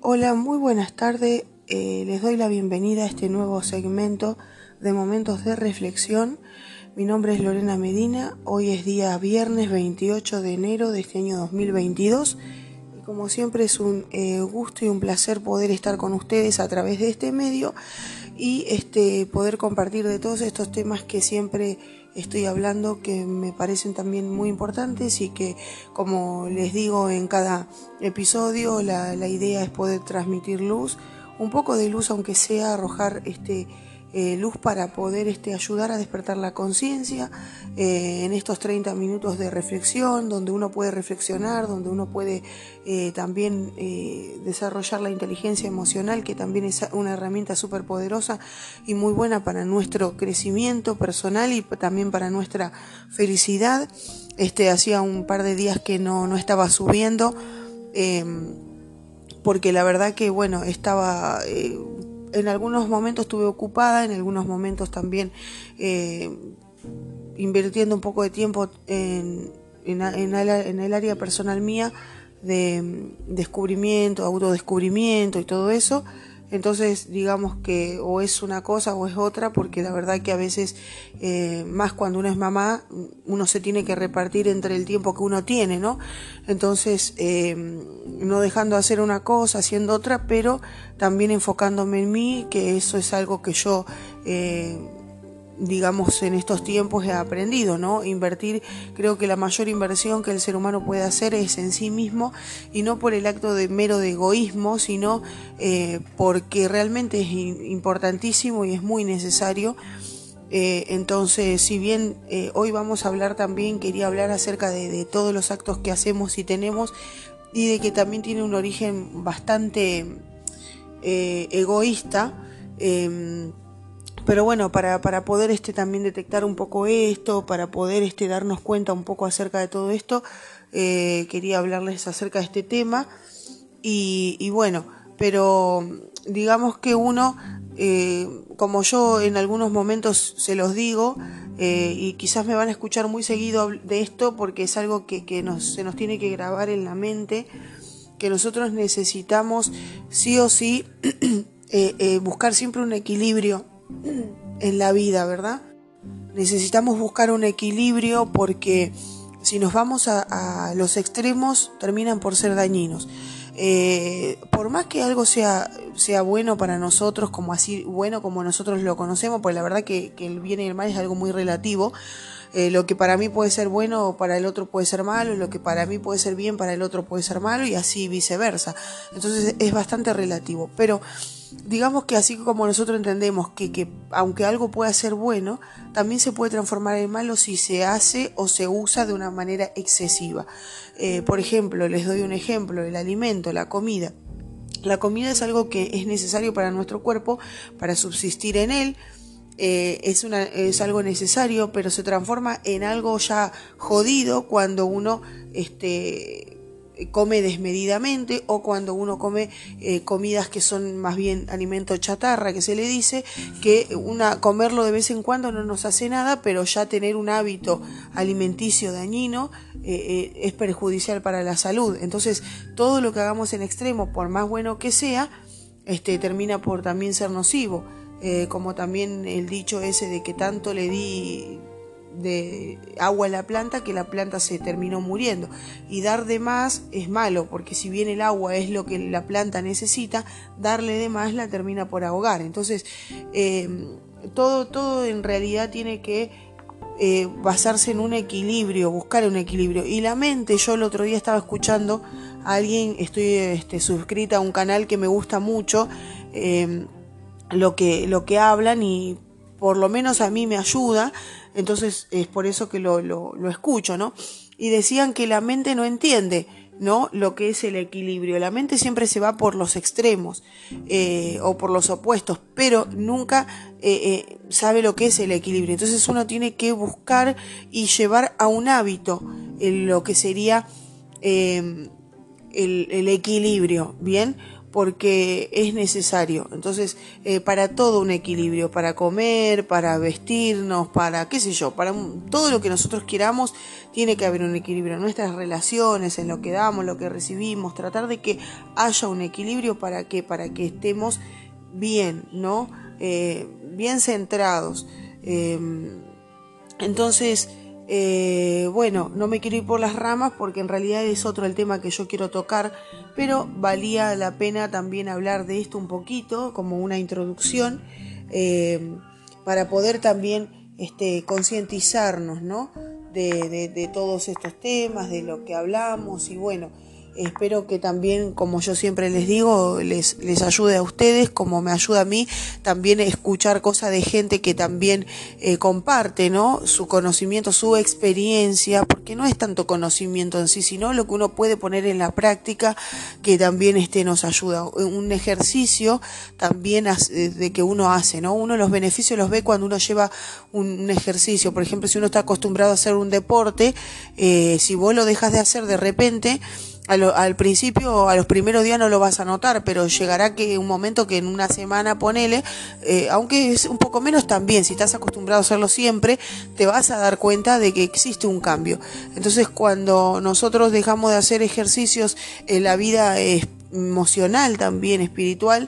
Hola, muy buenas tardes. Les doy la bienvenida a este nuevo segmento de Momentos de Reflexión. Mi nombre es Lorena Medina. Hoy es día viernes 28 de enero de este año 2022. Y como siempre es un gusto y un placer poder estar con ustedes a través de este medio y poder compartir de todos estos temas que siempre estoy hablando, que me parecen también muy importantes y que, como les digo en cada episodio, la idea es poder transmitir luz, un poco de luz, aunque sea arrojar luz para poder ayudar a despertar la conciencia en estos 30 minutos de reflexión, donde uno puede reflexionar, donde uno puede también desarrollar la inteligencia emocional, que también es una herramienta súper poderosa y muy buena para nuestro crecimiento personal y también para nuestra felicidad. Hacía un par de días que no estaba subiendo, porque la verdad que estaba en algunos momentos estuve ocupada, en algunos momentos también invirtiendo un poco de tiempo en el área personal mía de descubrimiento, autodescubrimiento y todo eso. Entonces, digamos que o es una cosa o es otra, porque la verdad que a veces, más cuando uno es mamá, uno se tiene que repartir entre el tiempo que uno tiene, ¿no? Entonces, no dejando de hacer una cosa, haciendo otra, pero también enfocándome en mí, que eso es algo que yo digamos en estos tiempos he aprendido, ¿no? Invertir, creo que la mayor inversión que el ser humano puede hacer es en sí mismo, y no por el acto de mero de egoísmo, sino porque realmente es importantísimo y es muy necesario. Entonces, si bien hoy vamos a hablar también, quería hablar acerca de todos los actos que hacemos y tenemos, y de que también tiene un origen bastante egoísta. Pero bueno, para poder también detectar un poco esto, para poder darnos cuenta un poco acerca de todo esto, quería hablarles acerca de este tema. Y bueno, pero digamos que uno, como yo en algunos momentos se los digo, y quizás me van a escuchar muy seguido de esto, porque es algo que se nos tiene que grabar en la mente, que nosotros necesitamos sí o sí buscar siempre un equilibrio en la vida, ¿verdad? Necesitamos buscar un equilibrio, porque si nos vamos a los extremos terminan por ser dañinos. Por más que algo sea bueno para nosotros, como así bueno como nosotros lo conocemos, pues la verdad que el bien y el mal es algo muy relativo. Lo que para mí puede ser bueno, para el otro puede ser malo, lo que para mí puede ser bien, para el otro puede ser malo, y así viceversa. Entonces es bastante relativo, pero digamos que así como nosotros entendemos que aunque algo pueda ser bueno, también se puede transformar en malo si se hace o se usa de una manera excesiva. Por ejemplo, les doy un ejemplo: el alimento, la comida. La comida es algo que es necesario para nuestro cuerpo, para subsistir en él. Es algo necesario, pero se transforma en algo ya jodido cuando uno come desmedidamente, o cuando uno come comidas que son más bien alimento chatarra, que se le dice, que comerlo de vez en cuando no nos hace nada, pero ya tener un hábito alimenticio dañino es perjudicial para la salud. Entonces, todo lo que hagamos en extremo, por más bueno que sea, termina por también ser nocivo. Como también el dicho ese de que tanto le di de agua a la planta que la planta se terminó muriendo. Y dar de más es malo, porque si bien el agua es lo que la planta necesita, darle de más la termina por ahogar. Entonces todo en realidad tiene que basarse en un equilibrio, buscar un equilibrio. Y la mente, yo el otro día estaba escuchando a alguien, estoy suscrita a un canal que me gusta mucho, lo que hablan, y por lo menos a mí me ayuda. Entonces es por eso que lo escucho, ¿no? Y decían que la mente no entiende, ¿no?, lo que es el equilibrio. La mente siempre se va por los extremos, o por los opuestos, pero nunca sabe lo que es el equilibrio. Entonces uno tiene que buscar y llevar a un hábito lo que sería el equilibrio, ¿bien? porque es necesario. Entonces, para todo un equilibrio, para comer, para vestirnos, para qué sé yo, para todo lo que nosotros queramos, tiene que haber un equilibrio en nuestras relaciones, en lo que damos, lo que recibimos, tratar de que haya un equilibrio para que estemos bien, ¿no? Bien centrados. Entonces, bueno, no me quiero ir por las ramas porque en realidad es otro el tema que yo quiero tocar, pero valía la pena también hablar de esto un poquito como una introducción, para poder también concientizarnos, ¿no? de todos estos temas, de lo que hablamos, y bueno, espero que también, como yo siempre les digo, les ayude a ustedes, como me ayuda a mí, también escuchar cosas de gente que también comparte, ¿no? Su conocimiento, su experiencia, porque no es tanto conocimiento en sí, sino lo que uno puede poner en la práctica, que también nos ayuda. Un ejercicio también de que uno hace, ¿no? Uno los beneficios los ve cuando uno lleva un ejercicio. Por ejemplo, si uno está acostumbrado a hacer un deporte, si vos lo dejas de hacer de repente, al principio, a los primeros días no lo vas a notar, pero llegará que un momento que en una semana, ponele, aunque es un poco menos también, si estás acostumbrado a hacerlo siempre, te vas a dar cuenta de que existe un cambio. Entonces, cuando nosotros dejamos de hacer ejercicios en la vida emocional, también espiritual,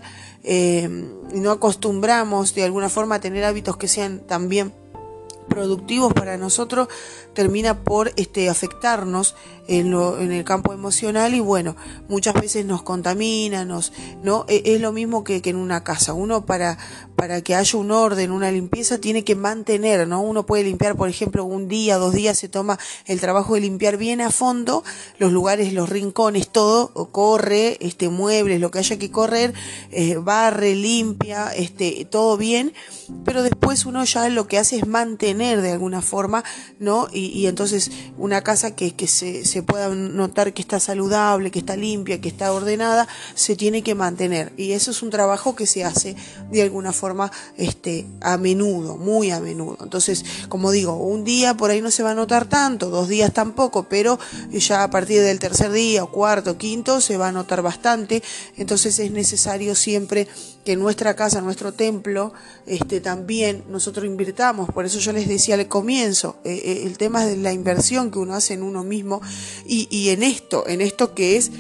no acostumbramos de alguna forma a tener hábitos que sean también productivos para nosotros, termina por afectarnos en el campo emocional, y bueno, muchas veces nos contamina, ¿no? Es lo mismo que en una casa. Uno para que haya un orden, una limpieza, tiene que mantener, ¿no? Uno puede limpiar, por ejemplo, un día, 2 días, se toma el trabajo de limpiar bien a fondo los lugares, los rincones, todo, corre, muebles, lo que haya que correr, barre, limpia, todo bien, pero después uno ya lo que hace es mantener de alguna forma, ¿no? Y entonces una casa que se pueda notar que está saludable, que está limpia, que está ordenada, se tiene que mantener, y eso es un trabajo que se hace de alguna forma a menudo, muy a menudo. Entonces, como digo, un día por ahí no se va a notar tanto, 2 días tampoco, pero ya a partir del tercer día, o cuarto, quinto, se va a notar bastante. Entonces es necesario siempre que en nuestra casa, en nuestro templo, también nosotros invirtamos. Por eso yo les decía al comienzo, el tema de la inversión que uno hace en uno mismo, y en esto que es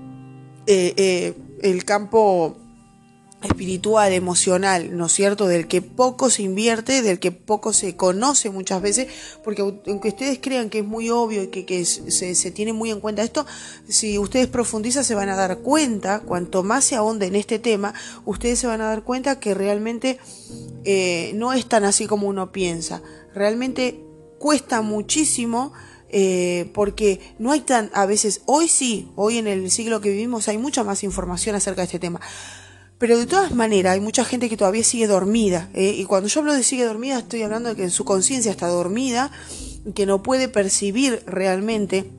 el campo espiritual, emocional, ¿no es cierto?, del que poco se invierte, del que poco se conoce muchas veces, porque aunque ustedes crean que es muy obvio y que se tiene muy en cuenta esto, si ustedes profundizan se van a dar cuenta, cuanto más se ahonde en este tema, ustedes se van a dar cuenta que realmente no es tan así como uno piensa. Realmente cuesta muchísimo, porque no hay a veces, hoy en el siglo que vivimos hay mucha más información acerca de este tema. Pero de todas maneras hay mucha gente que todavía sigue dormida, y cuando yo hablo de sigue dormida, estoy hablando de que en su conciencia está dormida, que no puede percibir realmente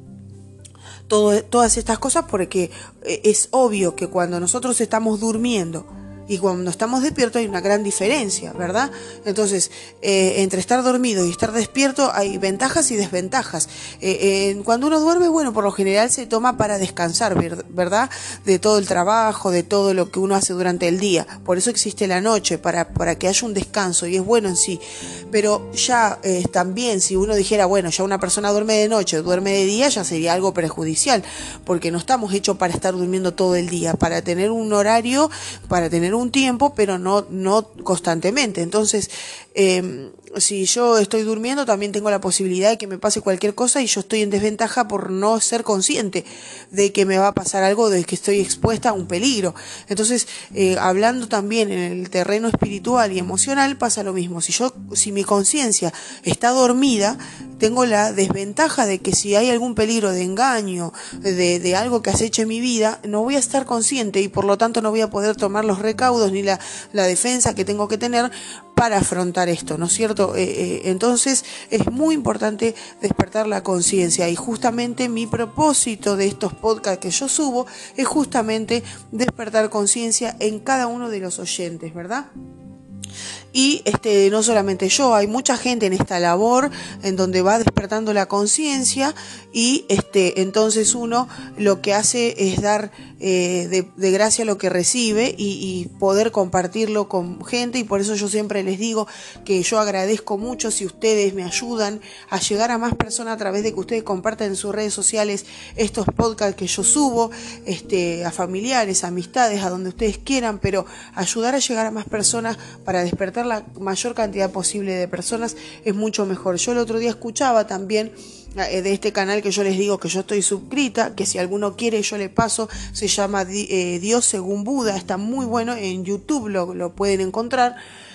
todas estas cosas, porque es obvio que cuando nosotros estamos durmiendo y cuando estamos despiertos hay una gran diferencia, ¿verdad? Entonces, entre estar dormido y estar despierto hay ventajas y desventajas. Cuando uno duerme, bueno, por lo general se toma para descansar, ¿verdad? De todo el trabajo, de todo lo que uno hace durante el día. Por eso existe la noche, para que haya un descanso, y es bueno en sí. Pero ya también, si uno dijera, bueno, ya una persona duerme de noche, duerme de día, ya sería algo perjudicial, porque no estamos hechos para estar durmiendo todo el día, para tener un horario, para tener un tiempo, pero no constantemente. Entonces, si yo estoy durmiendo, también tengo la posibilidad de que me pase cualquier cosa, y yo estoy en desventaja por no ser consciente de que me va a pasar algo, de que estoy expuesta a un peligro. Entonces, hablando también en el terreno espiritual y emocional, pasa lo mismo. Si mi conciencia está dormida, tengo la desventaja de que si hay algún peligro de engaño, de algo que aceche mi vida, no voy a estar consciente, y por lo tanto no voy a poder tomar los recaudos ni la defensa que tengo que tener para afrontar esto, ¿no es cierto? Entonces es muy importante despertar la conciencia, y justamente mi propósito de estos podcasts que yo subo es justamente despertar conciencia en cada uno de los oyentes, ¿verdad? Y no solamente yo, hay mucha gente en esta labor en donde va despertando la conciencia y entonces uno lo que hace es dar de gracia lo que recibe y poder compartirlo con gente, y por eso yo siempre les digo que yo agradezco mucho si ustedes me ayudan a llegar a más personas a través de que ustedes compartan en sus redes sociales estos podcasts que yo subo, a familiares, amistades, a donde ustedes quieran, pero ayudar a llegar a más personas para despertar la mayor cantidad posible de personas es mucho mejor. Yo el otro día escuchaba también de este canal que yo les digo que yo estoy suscrita, que si alguno quiere yo le paso, se llama Dios según Buda, está muy bueno, en YouTube lo pueden encontrar.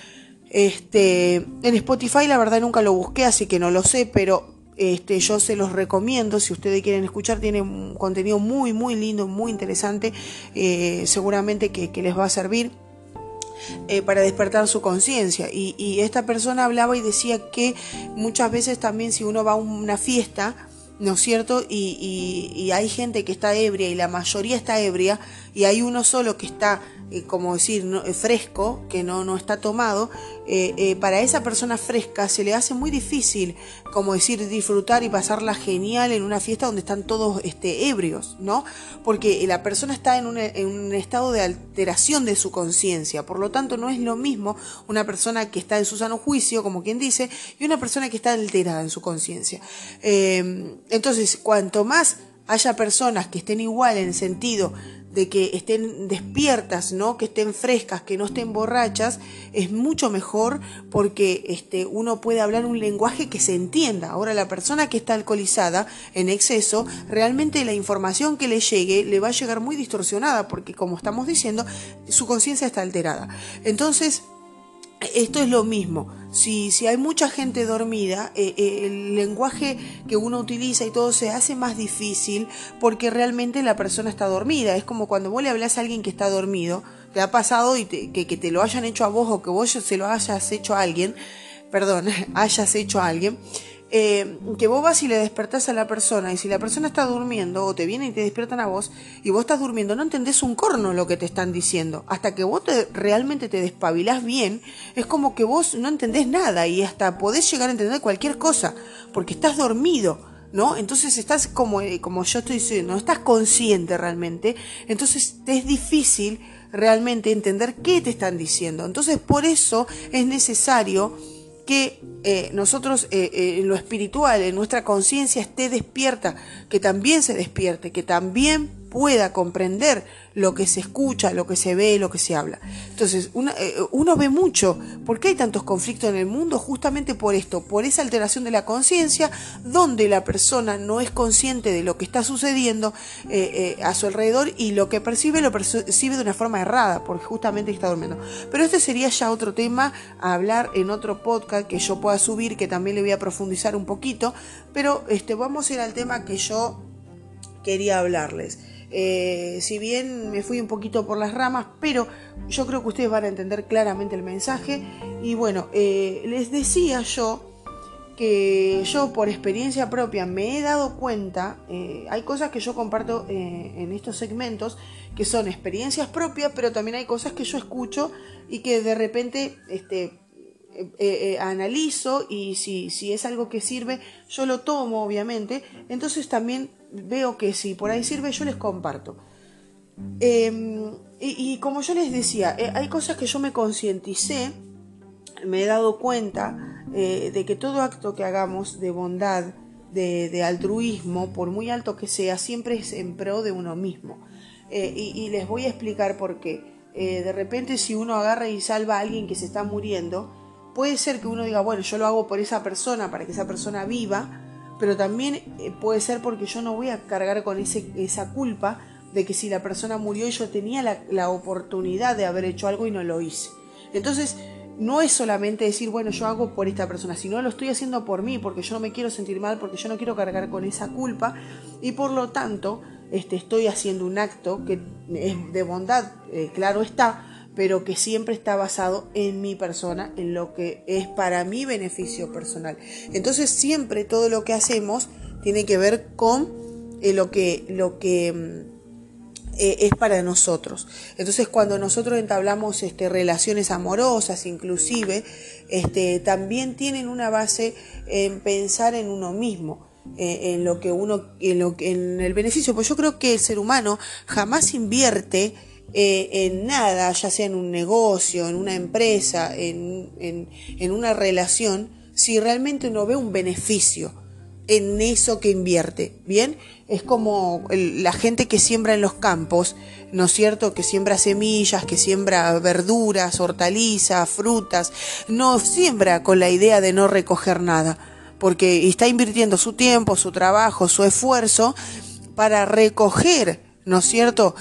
En Spotify la verdad nunca lo busqué, así que no lo sé, pero yo se los recomiendo si ustedes quieren escuchar. Tiene un contenido muy muy lindo, muy interesante, seguramente que les va a servir para despertar su conciencia. Y esta persona hablaba y decía que muchas veces también si uno va a una fiesta, ¿no es cierto? Y hay gente que está ebria y la mayoría está ebria y hay uno solo que está, como decir, fresco, que no está tomado, para esa persona fresca se le hace muy difícil, como decir, disfrutar y pasarla genial en una fiesta donde están todos ebrios, ¿no? Porque la persona está en un estado de alteración de su conciencia, por lo tanto no es lo mismo una persona que está en su sano juicio, como quien dice, y una persona que está alterada en su conciencia. Entonces, cuanto más haya personas que estén igual en el sentido de que estén despiertas, ¿no? Que estén frescas, que no estén borrachas, es mucho mejor porque uno puede hablar un lenguaje que se entienda. Ahora, la persona que está alcoholizada en exceso, realmente la información que le llegue le va a llegar muy distorsionada porque, como estamos diciendo, su conciencia está alterada. Entonces, esto es lo mismo. Si hay mucha gente dormida, el lenguaje que uno utiliza y todo se hace más difícil porque realmente la persona está dormida. Es como cuando vos le hablas a alguien que está dormido, te ha pasado y que te lo hayan hecho a vos o que vos se lo hayas hecho a alguien, hayas hecho a alguien, que vos vas y le despertás a la persona, y si la persona está durmiendo o te vienen y te despiertan a vos y vos estás durmiendo, no entendés un corno lo que te están diciendo. Hasta que vos realmente te despabilás bien, es como que vos no entendés nada y hasta podés llegar a entender cualquier cosa porque estás dormido, ¿no? Entonces estás como yo estoy diciendo, no estás consciente realmente, entonces te es difícil realmente entender qué te están diciendo. Entonces por eso es necesario que nosotros en lo espiritual, en nuestra conciencia esté despierta, que también se despierte, que también pueda comprender lo que se escucha, lo que se ve, lo que se habla. Entonces, uno ve mucho. ¿Por qué hay tantos conflictos en el mundo? Justamente por esto, por esa alteración de la conciencia, donde la persona no es consciente de lo que está sucediendo a su alrededor y lo que percibe, lo percibe de una forma errada, porque justamente está durmiendo. Pero este sería ya otro tema a hablar en otro podcast que yo pueda subir, que también le voy a profundizar un poquito, pero vamos a ir al tema que yo quería hablarles. Si bien me fui un poquito por las ramas, pero yo creo que ustedes van a entender claramente el mensaje. Y bueno, les decía yo que yo por experiencia propia me he dado cuenta, hay cosas que yo comparto en estos segmentos que son experiencias propias, pero también hay cosas que yo escucho y que de repente analizo, y si es algo que sirve yo lo tomo, obviamente. Entonces también veo que si por ahí sirve yo les comparto. Y como yo les decía, hay cosas que yo me concienticé, me he dado cuenta de que todo acto que hagamos de bondad, de altruismo, por muy alto que sea, siempre es en pro de uno mismo. Y les voy a explicar por qué. De repente si uno agarra y salva a alguien que se está muriendo, puede ser que uno diga, bueno, yo lo hago por esa persona, para que esa persona viva, pero también puede ser porque yo no voy a cargar con esa culpa de que si la persona murió y yo tenía la oportunidad de haber hecho algo y no lo hice. Entonces, no es solamente decir, bueno, yo hago por esta persona, sino lo estoy haciendo por mí, porque yo no me quiero sentir mal, porque yo no quiero cargar con esa culpa, y por lo tanto estoy haciendo un acto que es de bondad, claro está, pero que siempre está basado en mi persona, en lo que es para mi beneficio personal. Entonces siempre todo lo que hacemos tiene que ver con lo que es para nosotros. Entonces cuando nosotros entablamos relaciones amorosas inclusive, también tienen una base en pensar en uno mismo, en lo que uno, en el beneficio, pues yo creo que el ser humano jamás invierte en nada, ya sea en un negocio, en una empresa, en una relación, si realmente uno ve un beneficio en eso que invierte, ¿bien? Es como la gente que siembra en los campos, ¿no es cierto? Que siembra semillas, que siembra verduras, hortalizas, frutas, no siembra con la idea de no recoger nada, porque está invirtiendo su tiempo, su trabajo, su esfuerzo para recoger, ¿no es cierto?,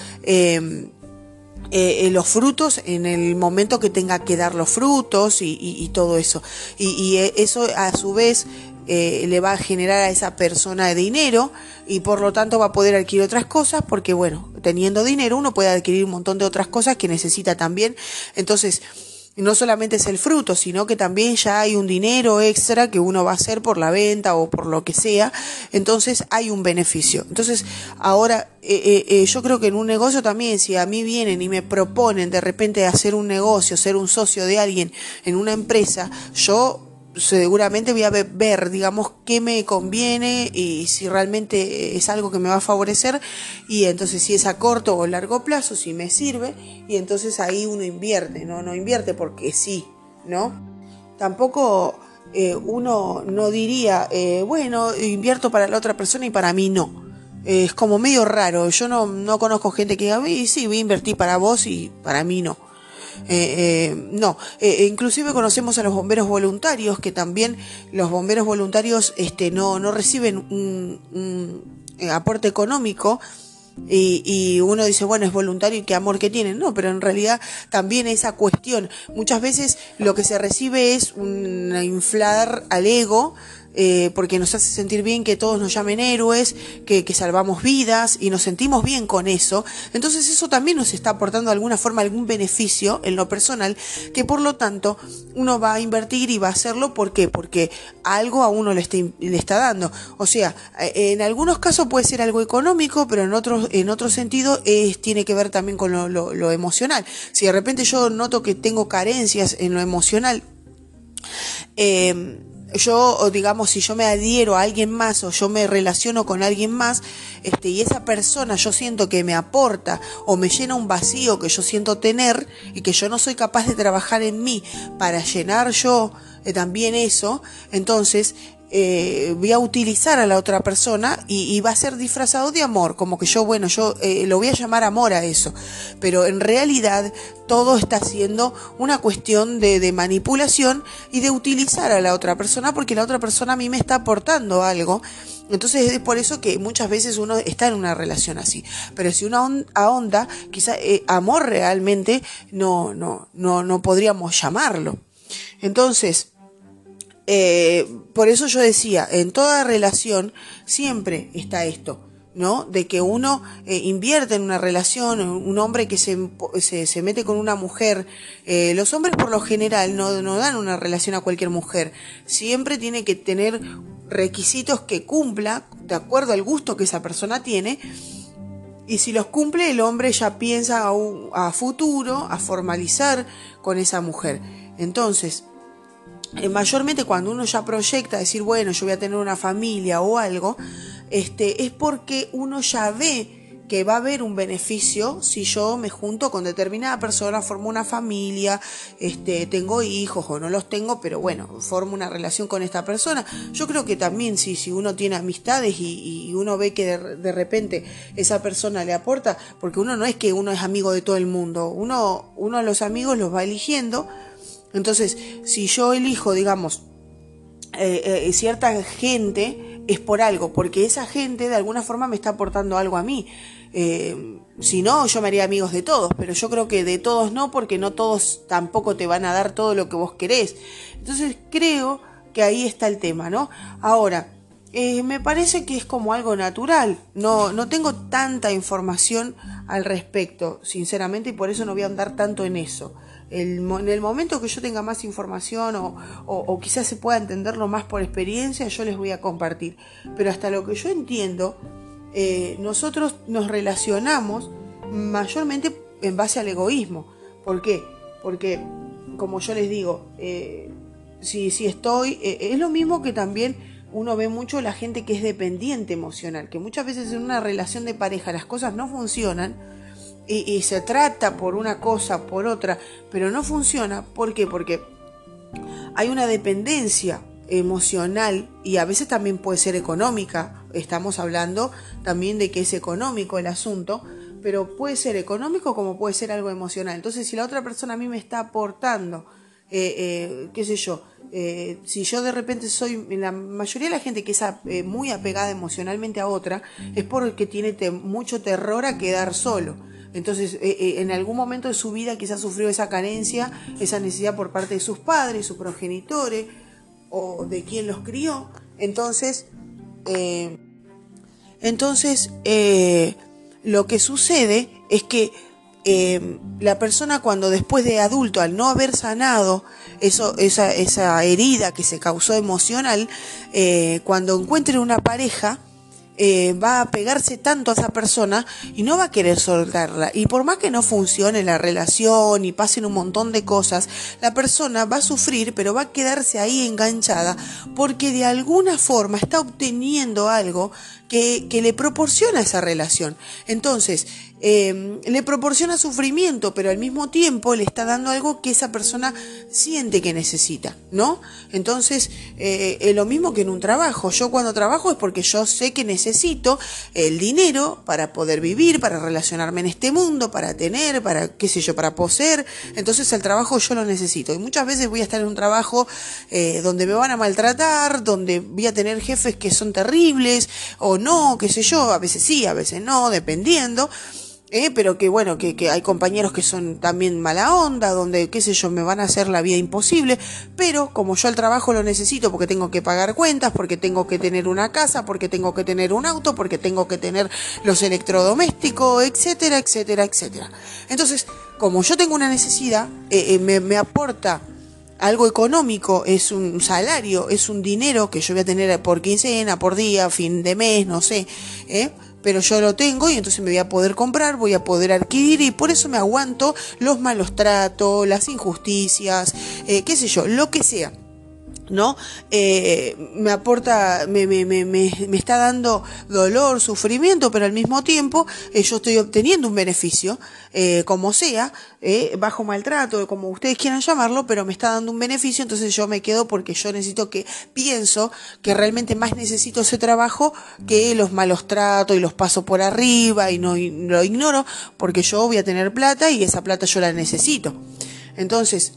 los frutos en el momento que tenga que dar los frutos y todo eso. Y eso a su vez le va a generar a esa persona dinero y por lo tanto va a poder adquirir otras cosas porque, bueno, teniendo dinero uno puede adquirir un montón de otras cosas que necesita también. Entonces, no solamente es el fruto, sino que también ya hay un dinero extra que uno va a hacer por la venta o por lo que sea, entonces hay un beneficio. Entonces, ahora, yo creo que en un negocio también, si a mí vienen y me proponen de repente hacer un negocio, ser un socio de alguien en una empresa, yo seguramente voy a ver, digamos, qué me conviene y si realmente es algo que me va a favorecer, y entonces si es a corto o largo plazo, si me sirve, y entonces ahí uno invierte, no invierte porque sí, ¿no? Tampoco uno no diría, bueno, invierto para la otra persona y para mí no. Es como medio raro, yo no conozco gente que diga, sí, voy a invertir para vos y para mí no. No, inclusive conocemos a los bomberos voluntarios, que también los bomberos voluntarios no reciben un aporte económico, y uno dice, bueno, es voluntario y qué amor que tienen. No, pero en realidad también esa cuestión, muchas veces lo que se recibe es un inflar al ego, porque nos hace sentir bien que todos nos llamen héroes, que salvamos vidas y nos sentimos bien con eso. Entonces eso también nos está aportando de alguna forma algún beneficio en lo personal, que por lo tanto uno va a invertir y va a hacerlo. ¿Por qué? Porque algo a uno le está dando. O sea, en algunos casos puede ser algo económico, pero en otro sentido tiene que ver también con lo emocional. Si de repente yo noto que tengo carencias en lo emocional, yo, digamos, si yo me adhiero a alguien más o yo me relaciono con alguien más, y esa persona yo siento que me aporta o me llena un vacío que yo siento tener y que yo no soy capaz de trabajar en mí para llenar yo también eso, entonces voy a utilizar a la otra persona y va a ser disfrazado de amor, como que yo lo voy a llamar amor a eso, pero en realidad todo está siendo una cuestión de manipulación y de utilizar a la otra persona, porque la otra persona a mí me está aportando algo. Entonces es por eso que muchas veces uno está en una relación así, pero si uno ahonda, quizá amor realmente no podríamos llamarlo. Entonces, por eso yo decía, en toda relación siempre está esto, ¿no? De que uno invierte en una relación, un hombre que se mete con una mujer. Los hombres por lo general no dan una relación a cualquier mujer, siempre tiene que tener requisitos que cumpla de acuerdo al gusto que esa persona tiene, y si los cumple el hombre ya piensa a futuro, a formalizar con esa mujer. Entonces, mayormente cuando uno ya proyecta decir, bueno, yo voy a tener una familia o algo, es porque uno ya ve que va a haber un beneficio si yo me junto con determinada persona, formo una familia, tengo hijos o no los tengo, pero bueno, formo una relación con esta persona. Yo creo que también si uno tiene amistades y uno ve que de repente esa persona le aporta, porque uno no es que uno es amigo de todo el mundo, uno a los amigos los va eligiendo. Entonces, si yo elijo, digamos, cierta gente, es por algo, porque esa gente de alguna forma me está aportando algo a mí. Si no, yo me haría amigos de todos, pero yo creo que de todos no, porque no todos tampoco te van a dar todo lo que vos querés. Entonces creo que ahí está el tema, ¿no? Ahora, me parece que es como algo natural. No tengo tanta información al respecto, sinceramente, y por eso no voy a andar tanto en eso. En el momento que yo tenga más información o quizás se pueda entenderlo más por experiencia, yo les voy a compartir. Pero hasta lo que yo entiendo, nosotros nos relacionamos mayormente en base al egoísmo. ¿Por qué? Porque, como yo les digo, si estoy, es lo mismo que también uno ve mucho la gente que es dependiente emocional, que muchas veces en una relación de pareja las cosas no funcionan y se trata por una cosa, por otra, pero no funciona. ¿Por qué? Porque hay una dependencia emocional y a veces también puede ser económica. Estamos hablando también de que es económico el asunto, pero puede ser económico como puede ser algo emocional. Entonces, si la otra persona a mí me está aportando, qué sé yo, si yo de repente soy, la mayoría de la gente que es muy apegada emocionalmente a otra, es porque tiene mucho terror a quedar solo. Entonces, en algún momento de su vida quizás sufrió esa carencia, esa necesidad por parte de sus padres, sus progenitores o de quien los crió. Entonces, lo que sucede es que la persona, cuando después de adulto, al no haber sanado esa herida que se causó emocional, cuando encuentre una pareja, va a pegarse tanto a esa persona y no va a querer soltarla. Y por más que no funcione la relación y pasen un montón de cosas, la persona va a sufrir, pero va a quedarse ahí enganchada porque de alguna forma está obteniendo algo que le proporciona esa relación. Entonces, le proporciona sufrimiento, pero al mismo tiempo le está dando algo que esa persona siente que necesita, ¿no? Entonces, es lo mismo que en un trabajo. Yo cuando trabajo es porque yo sé que necesito el dinero para poder vivir, para relacionarme en este mundo, para tener, para, qué sé yo, para poseer. Entonces, el trabajo yo lo necesito. Y muchas veces voy a estar en un trabajo donde me van a maltratar, donde voy a tener jefes que son terribles, o no, qué sé yo, a veces sí, a veces no, dependiendo. Pero que bueno, que hay compañeros que son también mala onda, donde, qué sé yo, me van a hacer la vida imposible, pero como yo el trabajo lo necesito porque tengo que pagar cuentas, porque tengo que tener una casa, porque tengo que tener un auto, porque tengo que tener los electrodomésticos, etcétera, etcétera, etcétera. Entonces, como yo tengo una necesidad, me aporta algo económico, es un salario, es un dinero que yo voy a tener por quincena, por día, fin de mes, no sé, pero yo lo tengo y entonces me voy a poder comprar, voy a poder adquirir y por eso me aguanto los malos tratos, las injusticias, qué sé yo, lo que sea, ¿no? Me aporta, me está dando dolor, sufrimiento, pero al mismo tiempo yo estoy obteniendo un beneficio, como sea, bajo maltrato, como ustedes quieran llamarlo, pero me está dando un beneficio, entonces yo me quedo porque yo pienso que realmente más necesito ese trabajo que los malos tratos y los paso por arriba y no lo ignoro, porque yo voy a tener plata y esa plata yo la necesito. Entonces,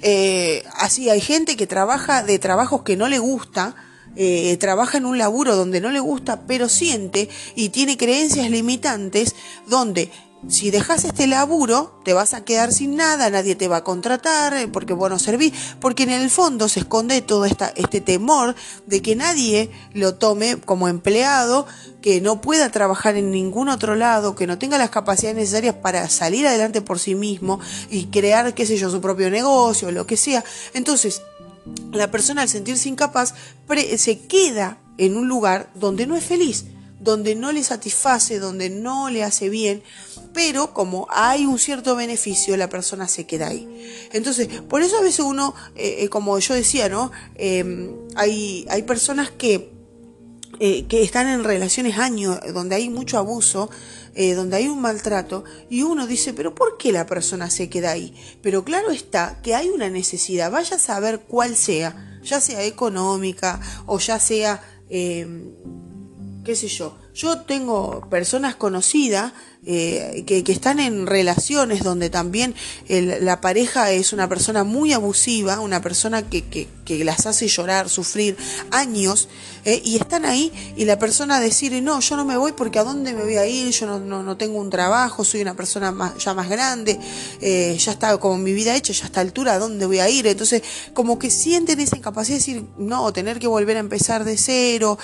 así hay gente que trabaja de trabajos que no le gusta, trabaja en un laburo donde no le gusta, pero siente y tiene creencias limitantes donde si dejas este laburo te vas a quedar sin nada, nadie te va a contratar porque vos no servís, porque en el fondo se esconde todo este temor de que nadie lo tome como empleado, que no pueda trabajar en ningún otro lado, que no tenga las capacidades necesarias para salir adelante por sí mismo y crear, qué sé yo, su propio negocio, lo que sea. Entonces, la persona, al sentirse incapaz, se queda en un lugar donde no es feliz, donde no le satisface, donde no le hace bien, pero como hay un cierto beneficio, la persona se queda ahí. Entonces, por eso a veces uno, como yo decía, ¿no? Hay personas que están en relaciones años, donde hay mucho abuso, donde hay un maltrato, y uno dice, pero ¿por qué la persona se queda ahí? Pero claro está que hay una necesidad, vaya a saber cuál sea, ya sea económica o ya sea, qué sé yo. Yo tengo personas conocidas que están en relaciones donde también la pareja es una persona muy abusiva, una persona que las hace llorar, sufrir años, y están ahí y la persona decir, no, yo no me voy porque ¿a dónde me voy a ir? Yo no tengo un trabajo, soy una persona ya más grande, ya está como mi vida hecha, ya a esta altura, ¿a dónde voy a ir? Entonces como que sienten esa incapacidad de decir, no, tener que volver a empezar de cero,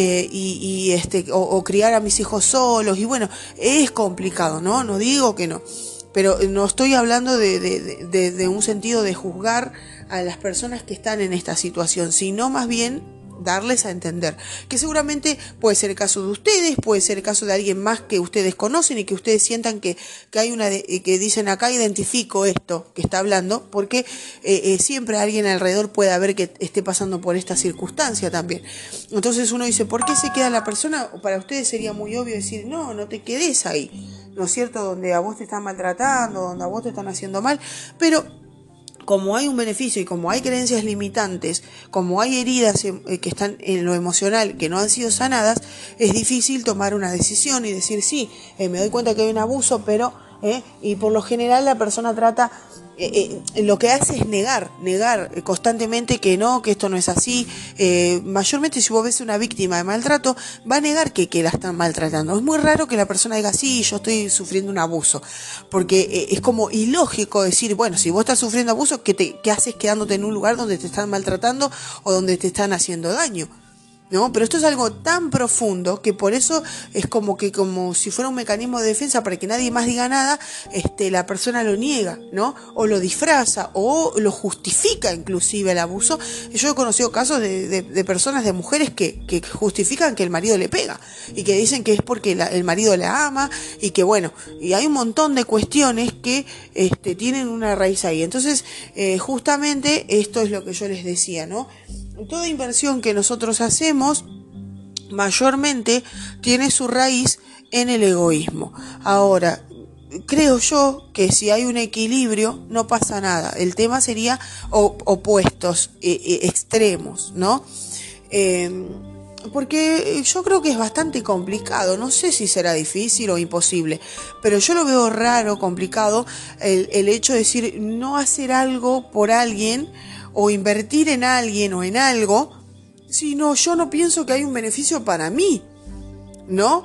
o criar a mis hijos solos, y bueno, es complicado, ¿no? No digo que no, pero no estoy hablando de un sentido de juzgar a las personas que están en esta situación, sino más bien darles a entender, que seguramente puede ser el caso de ustedes, puede ser el caso de alguien más que ustedes conocen y que ustedes sientan que hay que dicen acá identifico esto que está hablando, porque siempre alguien alrededor puede haber que esté pasando por esta circunstancia también. Entonces uno dice, ¿por qué se queda la persona? Para ustedes sería muy obvio decir, no te quedes ahí, ¿no es cierto? Donde a vos te están maltratando, donde a vos te están haciendo mal, pero como hay un beneficio y como hay creencias limitantes, como hay heridas que están en lo emocional que no han sido sanadas, es difícil tomar una decisión y decir, sí, me doy cuenta que hay un abuso, pero y por lo general la persona trata, lo que hace es negar constantemente que no, que esto no es así. Mayormente si vos ves una víctima de maltrato, va a negar que la están maltratando. Es muy raro que la persona diga, sí, yo estoy sufriendo un abuso, porque es como ilógico decir, bueno, si vos estás sufriendo abuso, ¿qué haces quedándote en un lugar donde te están maltratando o donde te están haciendo daño? ¿No? Pero esto es algo tan profundo que por eso es como si fuera un mecanismo de defensa para que nadie más diga nada, la persona lo niega, ¿no? O lo disfraza o lo justifica inclusive el abuso. Yo he conocido casos de personas, de mujeres que justifican que el marido le pega y que dicen que es porque el marido la ama y que bueno, y hay un montón de cuestiones que tienen una raíz ahí. Entonces, justamente esto es lo que yo les decía, ¿no? Toda inversión que nosotros hacemos mayormente tiene su raíz en el egoísmo. Ahora, creo yo que si hay un equilibrio no pasa nada. El tema sería opuestos, extremos, ¿no? Porque yo creo que es bastante complicado, no sé si será difícil o imposible, pero yo lo veo raro, complicado, el hecho de decir no hacer algo por alguien o invertir en alguien o en algo, sino yo no pienso que hay un beneficio para mí, ¿no?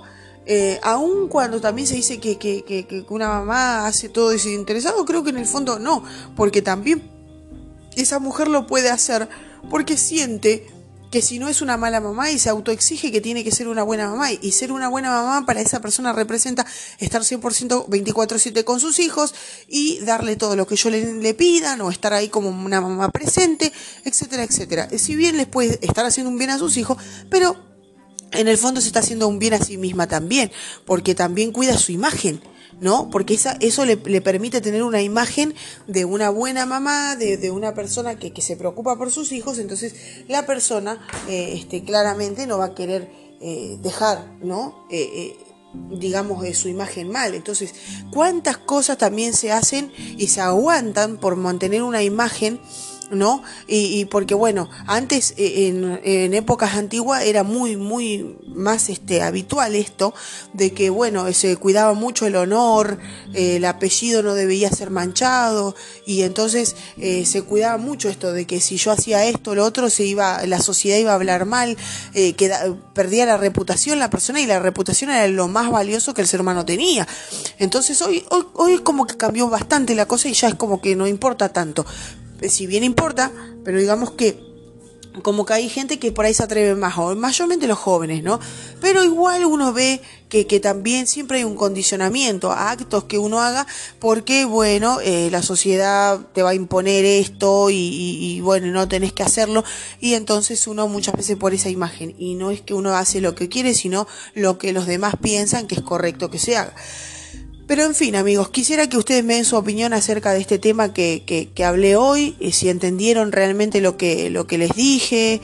Aun cuando también se dice que una mamá hace todo desinteresado, creo que en el fondo no, porque también esa mujer lo puede hacer porque siente que si no es una mala mamá y se autoexige que tiene que ser una buena mamá, y ser una buena mamá para esa persona representa estar 100% 24/7 con sus hijos y darle todo lo que yo le pidan o estar ahí como una mamá presente, etcétera, etcétera. Si bien les puede estar haciendo un bien a sus hijos, pero en el fondo se está haciendo un bien a sí misma también, porque también cuida su imagen, ¿no? Porque eso le permite tener una imagen de una buena mamá, de una persona que se preocupa por sus hijos. Entonces la persona claramente no va a querer dejar, ¿no? Digamos, su imagen mal. Entonces, ¿cuántas cosas también se hacen y se aguantan por mantener una imagen, ¿no? Y porque bueno, antes en épocas antiguas era muy más habitual esto de que bueno, se cuidaba mucho el honor, el apellido no debía ser manchado, y entonces se cuidaba mucho esto de que si yo hacía esto o lo otro, la sociedad iba a hablar mal, perdía la reputación la persona, y la reputación era lo más valioso que el ser humano tenía. Entonces hoy es como que cambió bastante la cosa y ya es como que no importa tanto. Si bien importa, pero digamos que como que hay gente que por ahí se atreve más, o mayormente los jóvenes, ¿no? Pero igual uno ve que también siempre hay un condicionamiento a actos que uno haga, porque bueno, la sociedad te va a imponer esto y bueno, no tenés que hacerlo, y entonces uno muchas veces por esa imagen, y no es que uno hace lo que quiere, sino lo que los demás piensan que es correcto que se haga. Pero en fin, amigos, quisiera que ustedes me den su opinión acerca de este tema que hablé hoy, si entendieron realmente lo que les dije,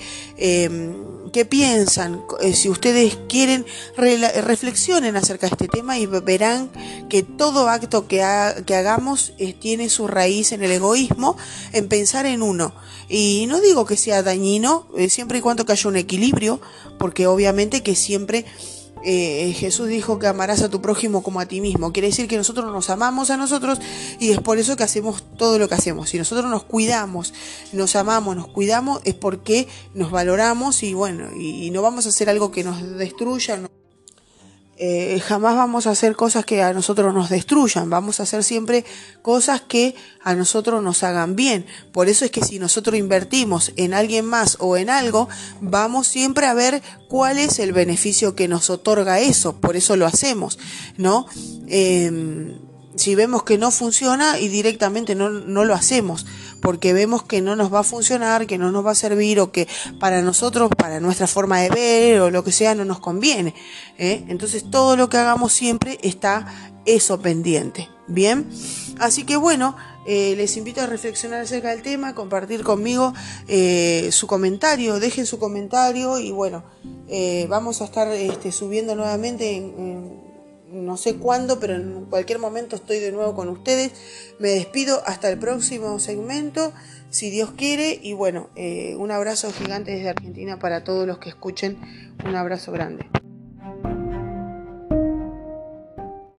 qué piensan. Si ustedes quieren, reflexionen acerca de este tema y verán que todo acto que hagamos tiene su raíz en el egoísmo, en pensar en uno. Y no digo que sea dañino, siempre y cuando que haya un equilibrio, porque obviamente que siempre... Jesús dijo que amarás a tu prójimo como a ti mismo. Quiere decir que nosotros nos amamos a nosotros, y es por eso que hacemos todo lo que hacemos. Si nosotros nos cuidamos, nos amamos, nos cuidamos, es porque nos valoramos, y bueno, y no vamos a hacer algo que nos destruya. Jamás vamos a hacer cosas que a nosotros nos destruyan, vamos a hacer siempre cosas que a nosotros nos hagan bien. Por eso es que si nosotros invertimos en alguien más o en algo, vamos siempre a ver cuál es el beneficio que nos otorga eso, por eso lo hacemos, ¿no? Si vemos que no funciona, y directamente no lo hacemos, porque vemos que no nos va a funcionar, que no nos va a servir, o que para nosotros, para nuestra forma de ver o lo que sea, no nos conviene. Entonces todo lo que hagamos siempre está eso pendiente. Bien, así que bueno, les invito a reflexionar acerca del tema, compartir conmigo su comentario, dejen su comentario y bueno, vamos a estar subiendo nuevamente no sé cuándo, pero en cualquier momento estoy de nuevo con ustedes. Me despido hasta el próximo segmento, si Dios quiere, y bueno, un abrazo gigante desde Argentina para todos los que escuchen, un abrazo grande.